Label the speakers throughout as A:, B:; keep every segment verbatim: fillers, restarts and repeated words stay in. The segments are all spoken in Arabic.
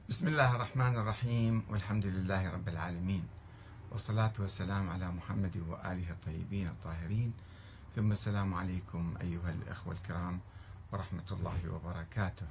A: بسم الله الرحمن الرحيم، والحمد لله رب العالمين، والصلاة والسلام على محمد وآله الطيبين الطاهرين، ثم السلام عليكم أيها الأخوة الكرام ورحمة الله وبركاته.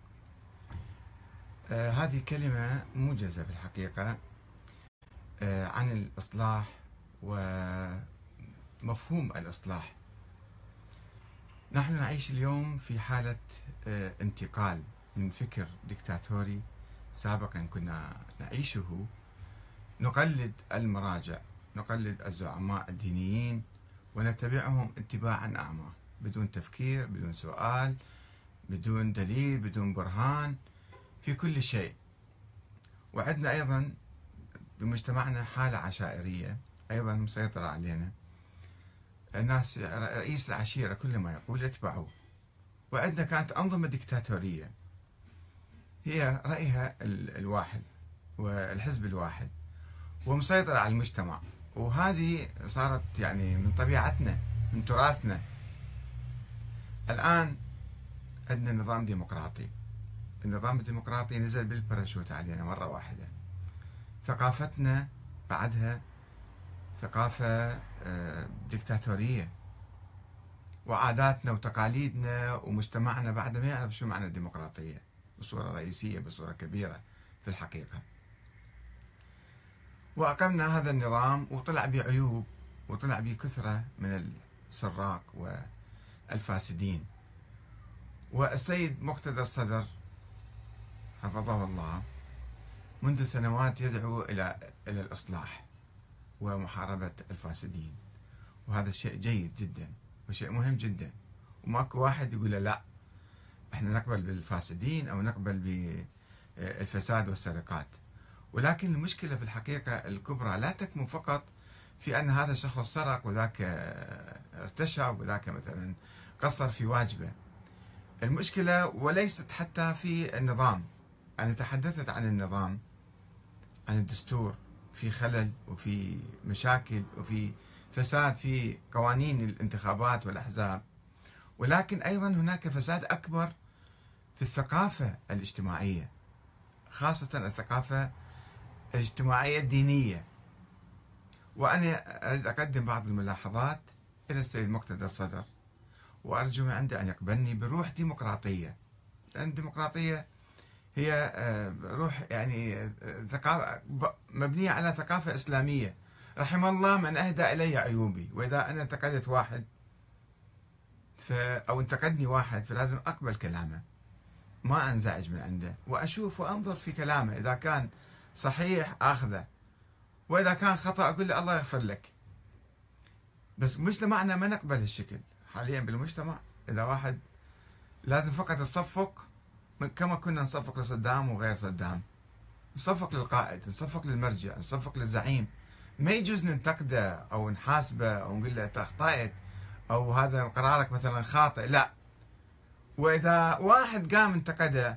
A: آه هذه كلمة موجزة في الحقيقة آه عن الإصلاح ومفهوم الإصلاح. نحن نعيش اليوم في حالة آه انتقال من فكر ديكتاتوري سابقا كنا نعيشه، نقلد المراجع، نقلد الزعماء الدينيين ونتبعهم اتباعا أعمى بدون تفكير، بدون سؤال، بدون دليل، بدون برهان في كل شيء. وعندنا أيضا بمجتمعنا حالة عشائرية أيضا مسيطرة علينا. الناس رئيس العشيرة كل ما يقول يتبعوه. وعندنا كانت أنظمة ديكتاتورية هي رأيها الواحد والحزب الواحد ومسيطرة على المجتمع، وهذه صارت يعني من طبيعتنا، من تراثنا. الآن عندنا نظام ديمقراطي، النظام الديمقراطي نزل بالباراشوت علينا مرة واحدة. ثقافتنا بعدها ثقافة ديكتاتورية، وعاداتنا وتقاليدنا ومجتمعنا بعد ما يعرف شو معنى الديمقراطية بصورة رئيسية، بصورة كبيرة في الحقيقة. وأقمنا هذا النظام وطلع بعيوب وطلع بكثرة من السراق والفاسدين. والسيد مقتدى الصدر حفظه الله منذ سنوات يدعو إلى إلى الإصلاح ومحاربة الفاسدين، وهذا شيء جيد جدا وشيء مهم جدا، وماكو واحد يقول لا احنا نقبل بالفاسدين او نقبل بالفساد والسرقات. ولكن المشكلة في الحقيقة الكبرى لا تكمن فقط في ان هذا الشخص سرق وذاك ارتشى وذاك مثلا قصر في واجبه. المشكلة وليست حتى في النظام. انا تحدثت عن النظام، عن الدستور، في خلل وفي مشاكل وفي فساد في قوانين الانتخابات والأحزاب، ولكن أيضا هناك فساد أكبر في الثقافة الاجتماعية، خاصة الثقافة الاجتماعية الدينية. وأنا أريد أقدم بعض الملاحظات إلى السيد مقتدى الصدر، وأرجو من عنده أن يقبلني بروح ديمقراطية، لأن الديمقراطية هي روح يعني ثقافة مبنية على ثقافة إسلامية. رحم الله من أهدى إلي عيوبي، وإذا أنا انتقدت واحد ف... أو انتقدني واحد فلازم أقبل كلامه، ما أنزعج من عنده، وأشوف وأنظر في كلامه، إذا كان صحيح أخذه، وإذا كان خطأ أقول له الله يغفر لك. بس مجتمعنا ما نقبل هالشكل حاليا بالمجتمع. إذا واحد لازم فقط تصفق كما كنا نصفق لصدام وغير صدام، نصفق للقائد، نصفق للمرجع، نصفق للزعيم. ما يجوز ننتقده أو نحاسبه أو نقول له أنت أخطأت أو هذا قرارك مثلا خاطئ، لا. وإذا واحد قام انتقده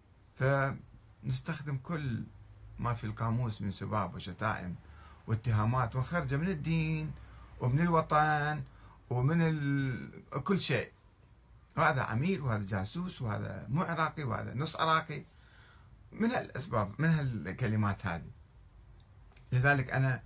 A: فنستخدم كل ما في القاموس من سباب وشتائم واتهامات ونخرجه من الدين ومن الوطن ومن ال... كل شيء. وهذا عميل وهذا جاسوس وهذا مو عراقي وهذا نص عراقي، من هالأسباب، من هالكلمات هذه. لذلك أنا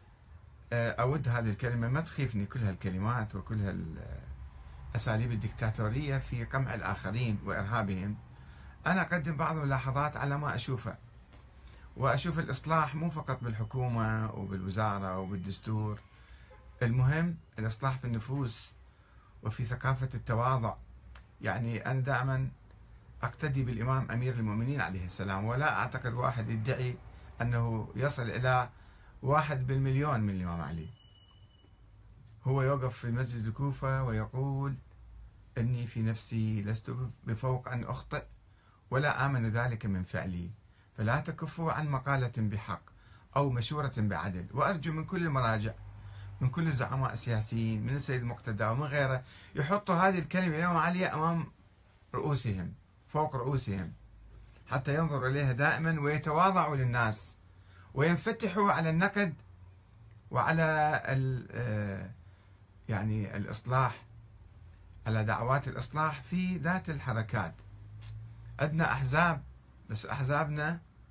A: أود هذه الكلمة ما تخيفني، كل هالكلمات وكل هالأساليب الدكتاتورية في قمع الآخرين وإرهابهم. أنا أقدم بعض الملاحظات على ما أشوفه، وأشوف الإصلاح مو فقط بالحكومة وبالوزارة وبالدستور. المهم الإصلاح في النفوس وفي ثقافة التواضع. يعني أنا دائما أقتدي بالإمام أمير المؤمنين عليه السلام، ولا أعتقد واحد يدعي أنه يصل إلى واحد بالمليون من الإمام علي. هو يوقف في مسجد الكوفة ويقول إني في نفسي لست بفوق أن أخطئ ولا آمن ذلك من فعلي، فلا تكفوا عن مقالة بحق أو مشورة بعدل. وأرجو من كل المراجع، من كل الزعماء السياسيين، من السيد مقتدى ومن غيره، يحطوا هذه الكلمة اليوم عالية أمام رؤوسهم، فوق رؤوسهم، حتى ينظروا إليها دائما ويتواضعوا للناس وينفتحوا على النقد وعلى يعني الإصلاح، على دعوات الإصلاح في ذات الحركات. عندنا أحزاب، بس أحزابنا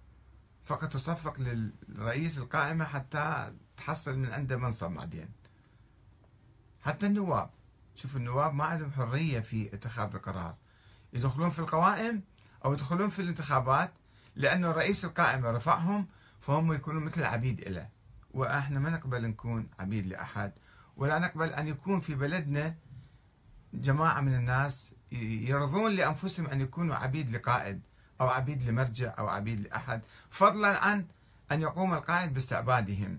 A: فقط تصفق للرئيس القائمة حتى تحصل من عنده منصب بعدين. حتى النواب، شوف النواب ما عندهم حرية في اتخاذ القرار، يدخلون في القوائم أو يدخلون في الانتخابات لأنه رئيس القائمة رفعهم، فهم يكونوا مثل عبيد إله. وإحنا ما نقبل نكون عبيد لأحد، ولا نقبل أن يكون في بلدنا جماعة من الناس يرضون لأنفسهم أن يكونوا عبيد لقائد أو عبيد لمرجع أو عبيد لأحد، فضلا عن أن يقوم القائد باستعبادهم.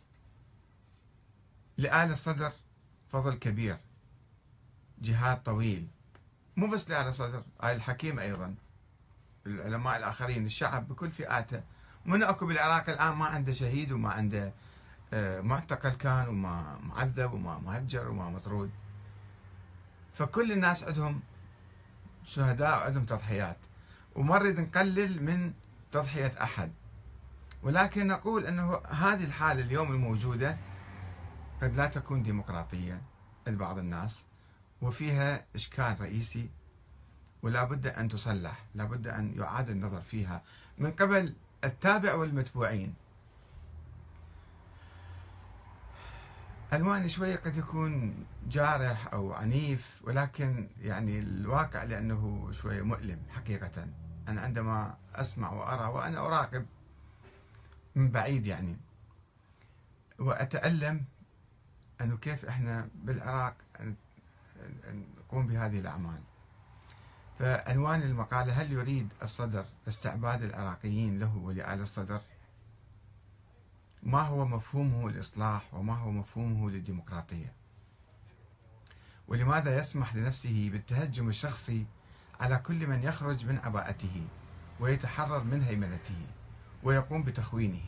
A: لآل الصدر فضل كبير، جهاد طويل، مو بس لآل الصدر، آل الحكيم أيضا، العلماء الآخرين، الشعب بكل فئاته. من أكو بالعراق الآن ما عنده شهيد وما عنده معتقل كان وما معذب وما مهجر وما مطرود. فكل الناس عندهم شهداء وعندهم تضحيات، وما نريد نقلل من تضحية أحد، ولكن نقول أنه هذه الحالة اليوم الموجودة قد لا تكون ديمقراطية لبعض الناس، وفيها إشكال رئيسي، ولا بد أن تصلح، لا بد أن يعاد النظر فيها من قبل التابع والمتبوعين. عنواني شوية قد يكون جارح أو عنيف، ولكن يعني الواقع لأنه شوية مؤلم حقيقة. أنا عندما أسمع وأرى وأنا أراقب من بعيد يعني، وأتألم أنه كيف إحنا بالعراق نقوم بهذه الأعمال. فعنوان المقالة: هل يريد الصدر استعباد العراقيين له ولآل الصدر؟ ما هو مفهومه الإصلاح وما هو مفهومه للديمقراطية؟ ولماذا يسمح لنفسه بالتهجم الشخصي على كل من يخرج من عباءته ويتحرر من هيمنته ويقوم بتخوينه؟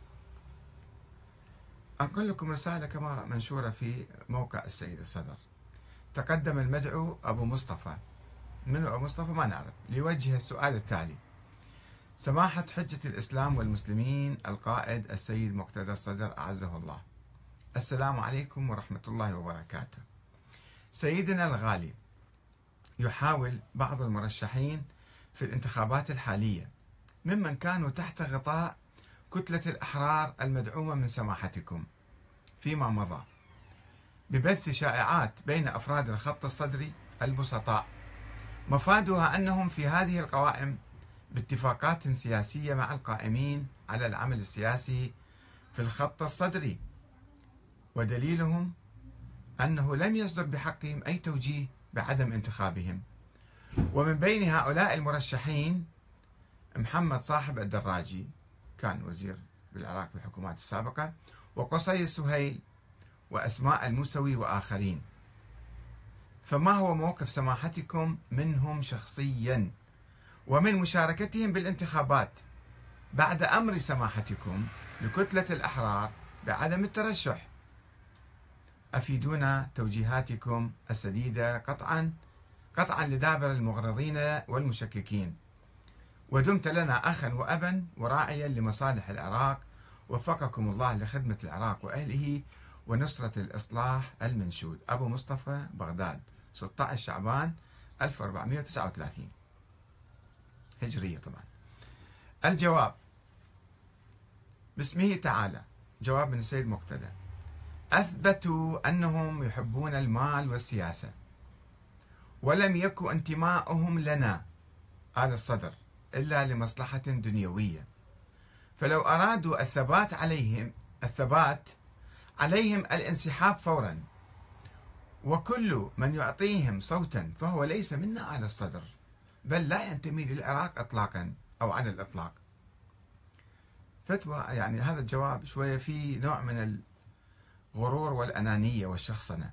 A: أنقل لكم رسالة كما منشورة في موقع السيد الصدر. تقدم المدعو أبو مصطفى، من أبو مصطفى ما نعرف، ليوجه السؤال التالي: سماحة حجة الإسلام والمسلمين القائد السيد مقتدى الصدر أعزه الله، السلام عليكم ورحمة الله وبركاته. سيدنا الغالي، يحاول بعض المرشحين في الانتخابات الحالية ممن كانوا تحت غطاء كتلة الأحرار المدعومة من سماحتكم فيما مضى ببث شائعات بين أفراد الخط الصدري البسطاء، مفادها أنهم في هذه القوائم باتفاقات سياسية مع القائمين على العمل السياسي في الخط الصدري، ودليلهم أنه لم يصدر بحقهم أي توجيه بعدم انتخابهم. ومن بين هؤلاء المرشحين محمد صاحب الدراجي، كان وزير بالعراق بالحكومات السابقة، وقصي السهيل وأسماء الموسوي وآخرين. فما هو موقف سماحتكم منهم شخصيا ومن مشاركتهم بالانتخابات بعد أمر سماحتكم لكتلة الأحرار بعدم الترشح؟ أفيدونا توجيهاتكم السديدة قطعا قطعا لدابر المغرضين والمشككين، ودمت لنا أخا وأبا وراعيا لمصالح العراق، وفقكم الله لخدمة العراق وأهله ونصرة الإصلاح المنشود. أبو مصطفى، بغداد، ستة عشر شعبان ألف وأربعمئة وتسعة وثلاثين هجرية طبعا. الجواب: باسمه تعالى. جواب من السيد مقتدى: أثبتوا أنهم يحبون المال والسياسة، ولم يكن انتماؤهم لنا آل الصدر إلا لمصلحة دنيوية، فلو أرادوا الثبات عليهم الثبات عليهم الانسحاب فورا، وكل من يعطيهم صوتا فهو ليس منا آل الصدر، بل لا ينتمي للعراق إطلاقا أو على الإطلاق. فتوى يعني هذا الجواب شوية فيه نوع من الغرور والأنانية والشخصنة،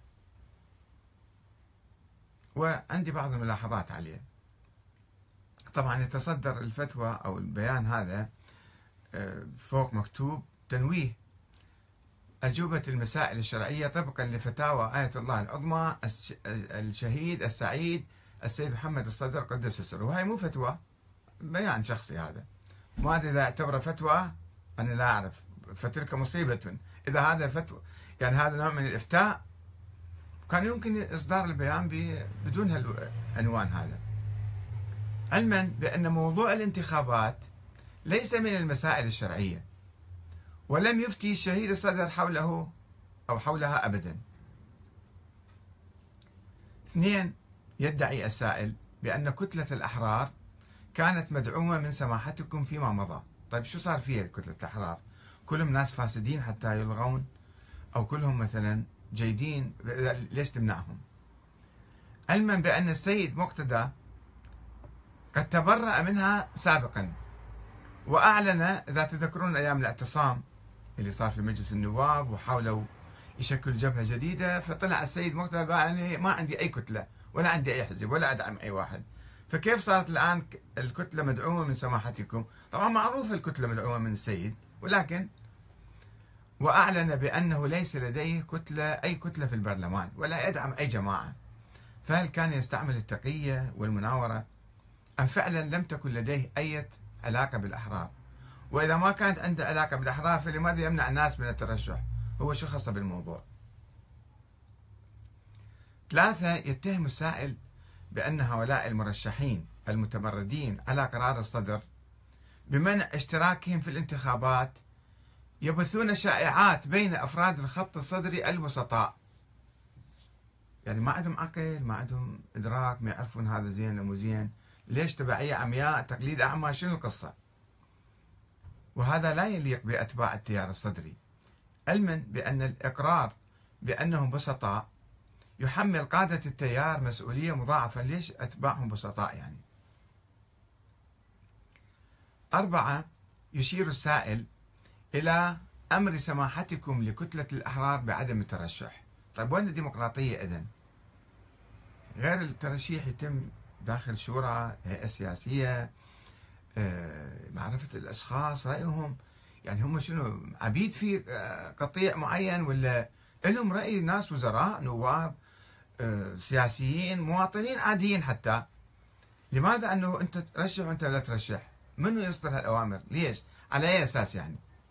A: وعندي بعض الملاحظات عليه. طبعا يتصدر الفتوى أو البيان هذا فوق مكتوب: تنويه أجوبة المسائل الشرعية طبقا لفتاوى آية الله العظمى الشهيد السعيد السيد محمد الصدر قدس سره. وهي مو فتوى، بيان شخصي هذا، ما أدري إذا اعتبره فتوى، أنا لا أعرف، فتلك مصيبة إذا هذا فتوى، يعني هذا نوع من الإفتاء. كان يمكن إصدار البيان بدون هالعنوان هذا، علما بأن موضوع الانتخابات ليس من المسائل الشرعية، ولم يفتي الشهيد الصدر حوله أو حولها أبدا. اثنين، يدعي السائل بأن كتلة الأحرار كانت مدعومة من سماحتكم فيما مضى. طيب شو صار فيها كتلة الأحرار؟ كلهم ناس فاسدين حتى يلغون، أو كلهم مثلا جيدين؟ ليش تمنعهم؟ علما بأن السيد مقتدى قد تبرأ منها سابقا، وأعلن، إذا تذكرون أيام الاعتصام اللي صار في مجلس النواب وحاولوا يشكلوا جبهة جديدة، فطلع السيد مقتدى قال أنا ما عندي أي كتلة ولا عندي أي حزب ولا أدعم أي واحد، فكيف صارت الآن الكتلة مدعومة من سماحتكم؟ طبعا معروف الكتلة مدعومة من السيد، ولكن وأعلن بأنه ليس لديه كتلة أي كتلة في البرلمان ولا يدعم أي جماعة. فهل كان يستعمل التقية والمناورة، أم فعلا لم تكن لديه أي علاقة بالأحرار؟ وإذا ما كانت عنده علاقة بالأحرار فلماذا يمنع الناس من الترشح؟ هو شو خاصه بالموضوع؟ ثلاثة، يتهم السائل بأن هؤلاء المرشحين المتمردين على قرار الصدر بمنع اشتراكهم في الانتخابات يبثون شائعات بين أفراد الخط الصدري البسطاء. يعني ما عندهم عقل، ما عندهم إدراك، ما يعرفون هذا زين ومو زين، ليش تبعية عمياء، تقليد أعمى، شنو القصة؟ وهذا لا يليق بأتباع التيار الصدري، علما بأن الإقرار بأنهم بسطاء يحمل قادة التيار مسؤولية مضاعفة. ليش أتباعهم بسطاء يعني؟ أربعة، يشير السائل إلى أمر سماحتكم لكتلة الأحرار بعدم الترشح. طيب وين الديمقراطية إذن؟ غير الترشيح يتم داخل شورى، هيئة سياسية، معرفة الأشخاص، رأيهم، يعني هم شنو عبيد في قطيع معين، ولا لهم رأي؟ ناس وزراء، نواب، سياسيين، مواطنين عاديين حتى. لماذا أنه أنت ترشح وأنت لا ترشح؟ منو يصدر هالأوامر؟ ليش؟ على أي أساس يعني؟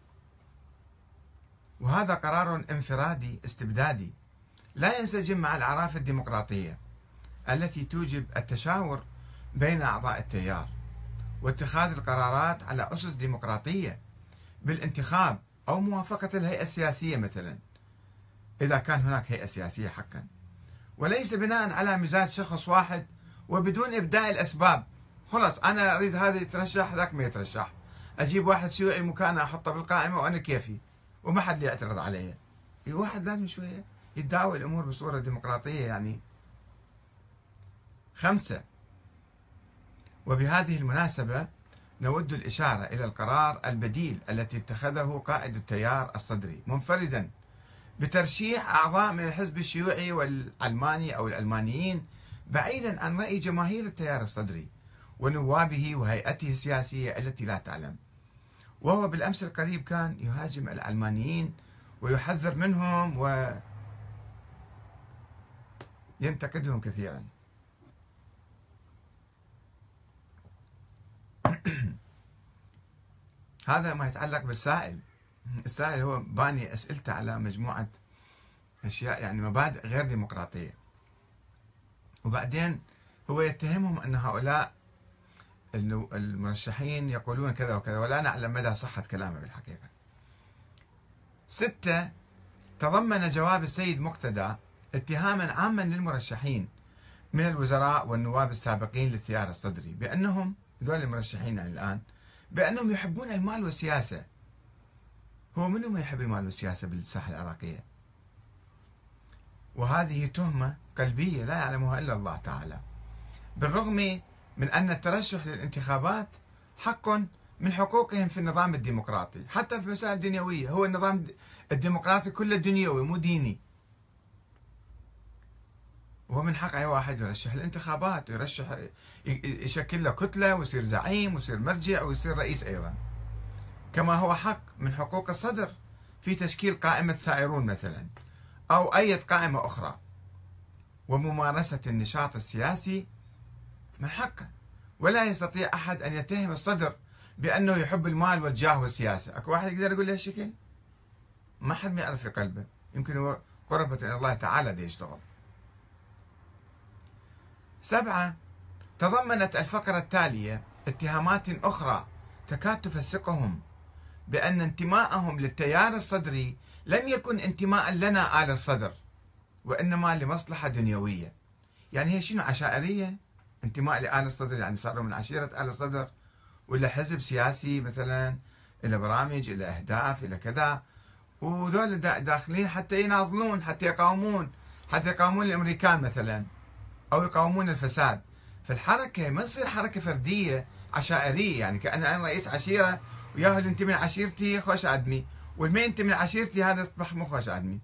A: وهذا قرار انفرادي استبدادي لا ينسجم مع الأعراف الديمقراطية التي توجب التشاور بين أعضاء التيار واتخاذ القرارات على أسس ديمقراطية بالانتخاب أو موافقة الهيئة السياسية مثلا، إذا كان هناك هيئة سياسية حقا، وليس بناء على مزاج شخص واحد وبدون إبداء الأسباب. خلاص أنا أريد هذا يترشح، ذاك ما يترشح، أجيب واحد شيوعي مكانه أحطه بالقائمة وأنا كيفي وما حد يعترض علي. الواحد لازم شوية يتداول الأمور بصورة ديمقراطية يعني. خمسة، وبهذه المناسبة نود الإشارة إلى القرار البديل التي اتخذه قائد التيار الصدري منفردا بترشيح أعضاء من الحزب الشيوعي والعلماني أو العلمانيين بعيدا عن رأي جماهير التيار الصدري ونوابه وهيئته السياسية التي لا تعلم. وهو بالأمس القريب كان يهاجم العلمانيين ويحذر منهم وينتقدهم كثيرا. هذا ما يتعلق بالسائل. السائل هو باني أسئلته على مجموعة أشياء يعني مبادئ غير ديمقراطية، وبعدين هو يتهمهم أن هؤلاء المرشحين يقولون كذا وكذا، ولا نعلم مدى صحة كلامه بالحقيقة. ستة، تضمن جواب السيد مقتدى اتهاما عاما للمرشحين من الوزراء والنواب السابقين للتيار الصدري بأنهم ذول المرشحين الآن بأنهم يحبون المال والسياسة. هو منو ما يحب المال والسياسة بالساحة العراقية؟ وهذه تهمة قلبية لا يعلمها إلا الله تعالى، بالرغم من أن الترشح للانتخابات حق من حقوقهم في النظام الديمقراطي، حتى في مسائل دنيوية. هو النظام الديمقراطي كله دنيوي مو ديني، وهو من حق أي واحد يرشح الانتخابات ويرشح يشكل له كتلة ويصير زعيم ويصير مرجع ويصير رئيس أيضا، كما هو حق من حقوق الصدر في تشكيل قائمة سائرون مثلا أو أي قائمة أخرى، وممارسة النشاط السياسي من حقه. ولا يستطيع أحد أن يتهم الصدر بأنه يحب المال والجاه والسياسة. أكو واحد يقدر يقول له هالشكل؟ ما حد ما يعرف في قلبه، يمكن هو قربة إلى الله تعالى دي يشتغل. سبعة، تضمنت الفقرة التالية اتهامات أخرى تكاد تفسقهم بأن انتماءهم للتيار الصدري لم يكن انتماء لنا آل الصدر، وإنما لمصلحة دنيوية. يعني هي شنو عشائرية؟ انتماء لآل الصدر يعني صاروا من عشيرة آل الصدر، ولا حزب سياسي مثلا إلى برامج إلى أهداف إلى كذا، وذول داخلين حتى يناضلون، حتى يقاومون، حتى يقاومون الأمريكان مثلا، أو يقاومون الفساد. فالحركة ما تصير حركة فردية عشائرية، يعني كأن أنا رئيس عشيرة وياهو اللي ينتمي لعشيرتي خوش أدمي، والما ينتمي لعشيرتي هذا يصبح مو خوش أدمي.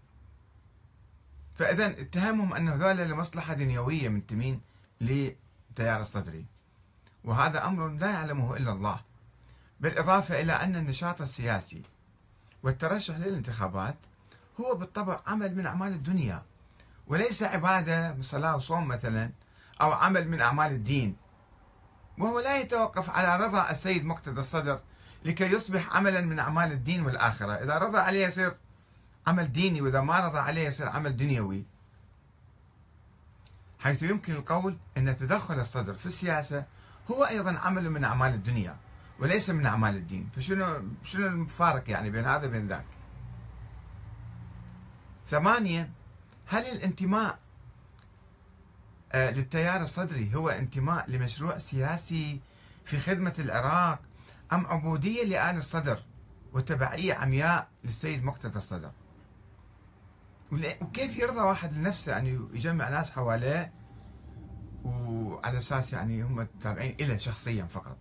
A: فإذا اتهمهم أن هذول لمصلحة دنيوية منتمين للتيار الصدري، وهذا أمر لا يعلمه إلا الله. بالإضافة إلى أن النشاط السياسي والترشح للانتخابات هو بالطبع عمل من أعمال الدنيا، وليس عبادة من صلاة وصوم مثلا، أو عمل من أعمال الدين، وهو لا يتوقف على رضا السيد مقتدى الصدر لكي يصبح عملا من أعمال الدين والآخرة. إذا رضى عليه يصير عمل ديني، وإذا ما رضى عليه يصير عمل دنيوي، حيث يمكن القول أن تدخل الصدر في السياسة هو أيضا عمل من أعمال الدنيا وليس من أعمال الدين. فشنو شنو المفارق يعني بين هذا وبين ذاك؟ ثمانية، هل الانتماء للتيار الصدري هو انتماء لمشروع سياسي في خدمة العراق، أم عبودية لآل الصدر وتبعية عمياء للسيد مقتدى الصدر؟ وكيف يرضى واحد لنفسه أن يجمع ناس حواليه وعلى أساس يعني هم تابعين إله شخصيا فقط؟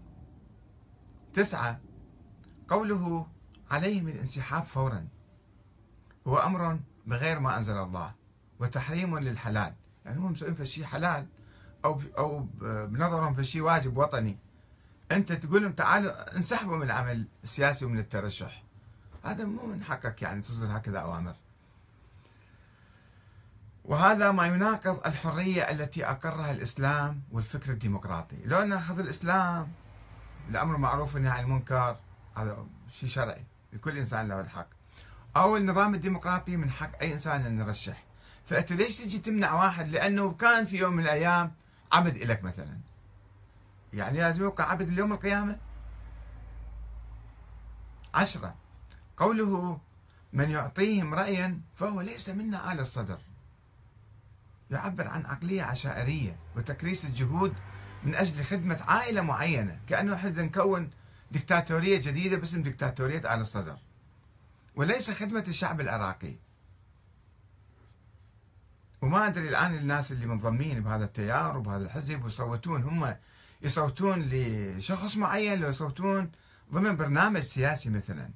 A: تسعة، قوله عليهم الانسحاب فورا هو أمر بغير ما أنزل الله وتحريم للحلال، يعني هم مسوين في شيء حلال أو أو بنظرهم في شيء واجب وطني، أنت تقول لهم تعالوا انسحبوا من العمل السياسي ومن الترشح. هذا مو من حقك يعني تصدر هكذا أوامر، وهذا ما يناقض الحرية التي أقرها الإسلام والفكر الديمقراطي. لو نأخذ الإسلام الأمر معروف والنهي عن المنكر، هذا شيء شرعي لكل إنسان له الحق، أو النظام الديمقراطي من حق أي إنسان أن يرشح. فأنت ليش تجي تمنع واحد لأنه كان في يوم من الأيام عبد إلك مثلا؟ يعني لازم يبقى عبد اليوم القيامة؟ عشرة، قوله من يعطيهم رأيا فهو ليس منا آل الصدر، يعبر عن عقلية عشائرية وتكريس الجهود من أجل خدمة عائلة معينة، كأنه احنا نكون دكتاتورية جديدة باسم دكتاتورية آل الصدر، وليس خدمة الشعب العراقي. وما أدري الآن الناس اللي منضمين بهذا التيار وبهذا الحزب ويصوتون، هم يصوتون لشخص معين لو يصوتون ضمن برنامج سياسي مثلا.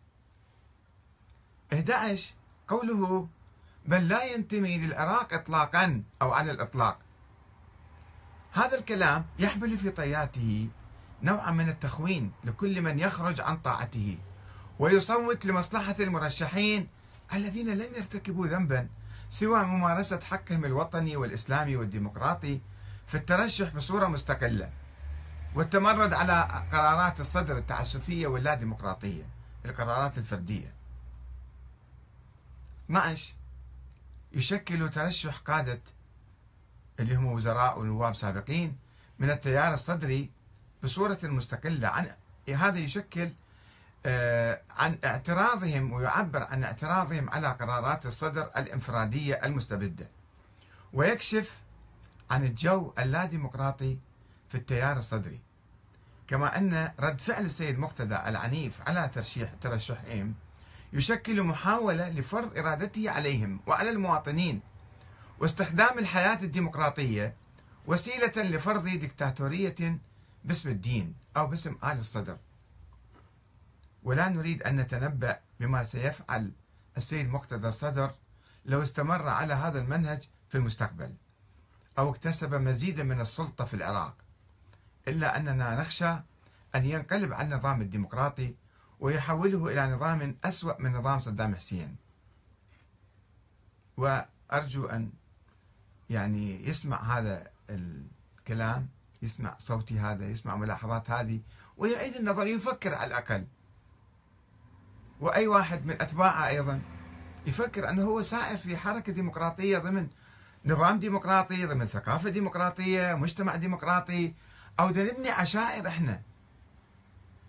A: أحد عشر، قوله بل لا ينتمي للعراق إطلاقا أو على الإطلاق، هذا الكلام يحمل في طياته نوعا من التخوين لكل من يخرج عن طاعته ويصوت لمصلحة المرشحين الذين لم يرتكبوا ذنبا سوى ممارسة حقهم الوطني والإسلامي والديمقراطي في الترشح بصورة مستقلة والتمرد على قرارات الصدر التعسفية واللا ديمقراطية، القرارات الفردية. اثني عشر، يشكل ترشح قادة اللي هم وزراء ونواب سابقين من التيار الصدري بصورة مستقلة عن هذا، يشكل عن اعتراضهم ويعبر عن اعتراضهم على قرارات الصدر الانفرادية المستبدة، ويكشف عن الجو اللا ديمقراطي في التيار الصدري. كما أن رد فعل السيد مقتدى العنيف على ترشيح ترشحهم يشكل محاولة لفرض إرادته عليهم وعلى المواطنين، واستخدام الحياة الديمقراطية وسيلة لفرض ديكتاتورية باسم الدين أو باسم آل الصدر. ولا نريد أن نتنبأ بما سيفعل السيد مقتدى الصدر لو استمر على هذا المنهج في المستقبل أو اكتسب مزيدا من السلطة في العراق، إلا أننا نخشى أن ينقلب على النظام الديمقراطي ويحوله إلى نظام أسوأ من نظام صدام حسين. وأرجو أن يعني يسمع هذا الكلام، يسمع صوتي هذا، يسمع ملاحظات هذه، ويعيد النظر، يفكر على الأقل. وأي واحد من أتباعه أيضا يفكر أنه هو سائر في حركة ديمقراطية ضمن نظام ديمقراطي، ضمن ثقافة ديمقراطية، مجتمع ديمقراطي، أو بدنا نبني عشائر إحنا.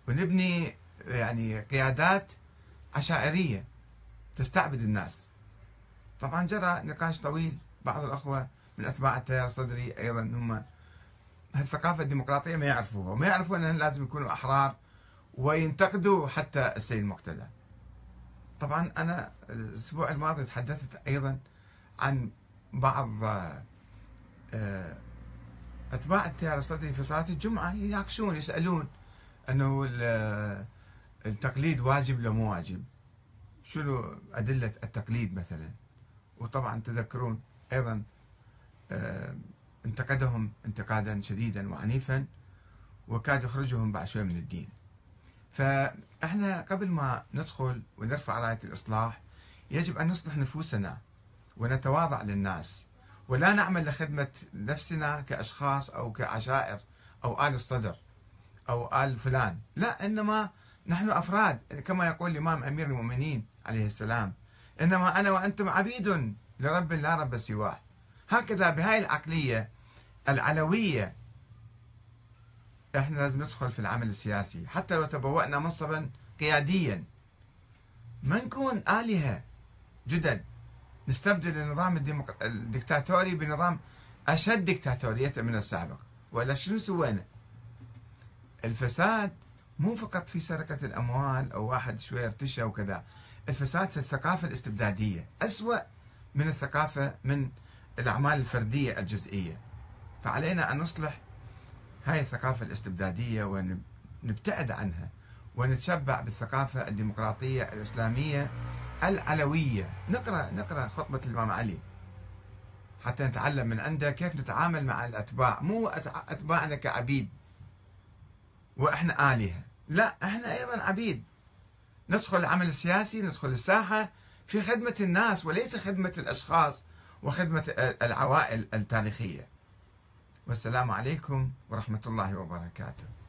A: ونبني يعني قيادات عشائرية تستعبد الناس. طبعا جرى نقاش طويل، بعض الأخوة من أتباع التيار الصدري أيضا هم هالثقافة الديمقراطية ما يعرفوها، وما يعرفوا أنهم لازم يكونوا أحرار وينتقدوا حتى السيد مقتدى. طبعا أنا الأسبوع الماضي تحدثت أيضا عن بعض أتباع التيار الصدري في صلاة الجمعة يناقشون يسألون أنه التقليد واجب لو مو واجب، شنو أدلة التقليد مثلا. وطبعا تذكرون أيضا انتقدهم انتقادا شديدا وعنيفا وكاد يخرجهم بعد شوي من الدين. فإحنا قبل ما ندخل ونرفع راية الإصلاح يجب أن نصلح نفوسنا ونتواضع للناس، ولا نعمل لخدمة نفسنا كأشخاص أو كعشائر أو آل الصدر أو آل فلان، لا، إنما نحن أفراد كما يقول الإمام أمير المؤمنين عليه السلام: إنما أنا وأنتم عبيد لرب لا رب سواه. هكذا بهاي العقلية العلوية احنا لازم ندخل في العمل السياسي، حتى لو تبوأنا منصبا قياديا ما نكون آلهة جدد نستبدل النظام الديمق... الدكتاتوري بنظام أشد دكتاتورية من السابق. ولا شنو سوينا؟ الفساد مو فقط في سرقة الأموال أو واحد شوية ارتشى وكذا، الفساد في الثقافة الاستبدادية أسوأ من الثقافة من الأعمال الفردية الجزئية. فعلينا أن نصلح هاي الثقافة الاستبدادية ونبتعد عنها ونتشبع بالثقافة الديمقراطية الإسلامية العلوية. نقرأ نقرأ خطبة الإمام علي حتى نتعلم من عنده كيف نتعامل مع الأتباع، مو أتباعنا كعبيد وإحنا آلهة، لا، إحنا أيضا عبيد. ندخل العمل السياسي، ندخل الساحة في خدمة الناس وليس خدمة الأشخاص وخدمة العوائل التاريخية. والسلام عليكم ورحمة الله وبركاته.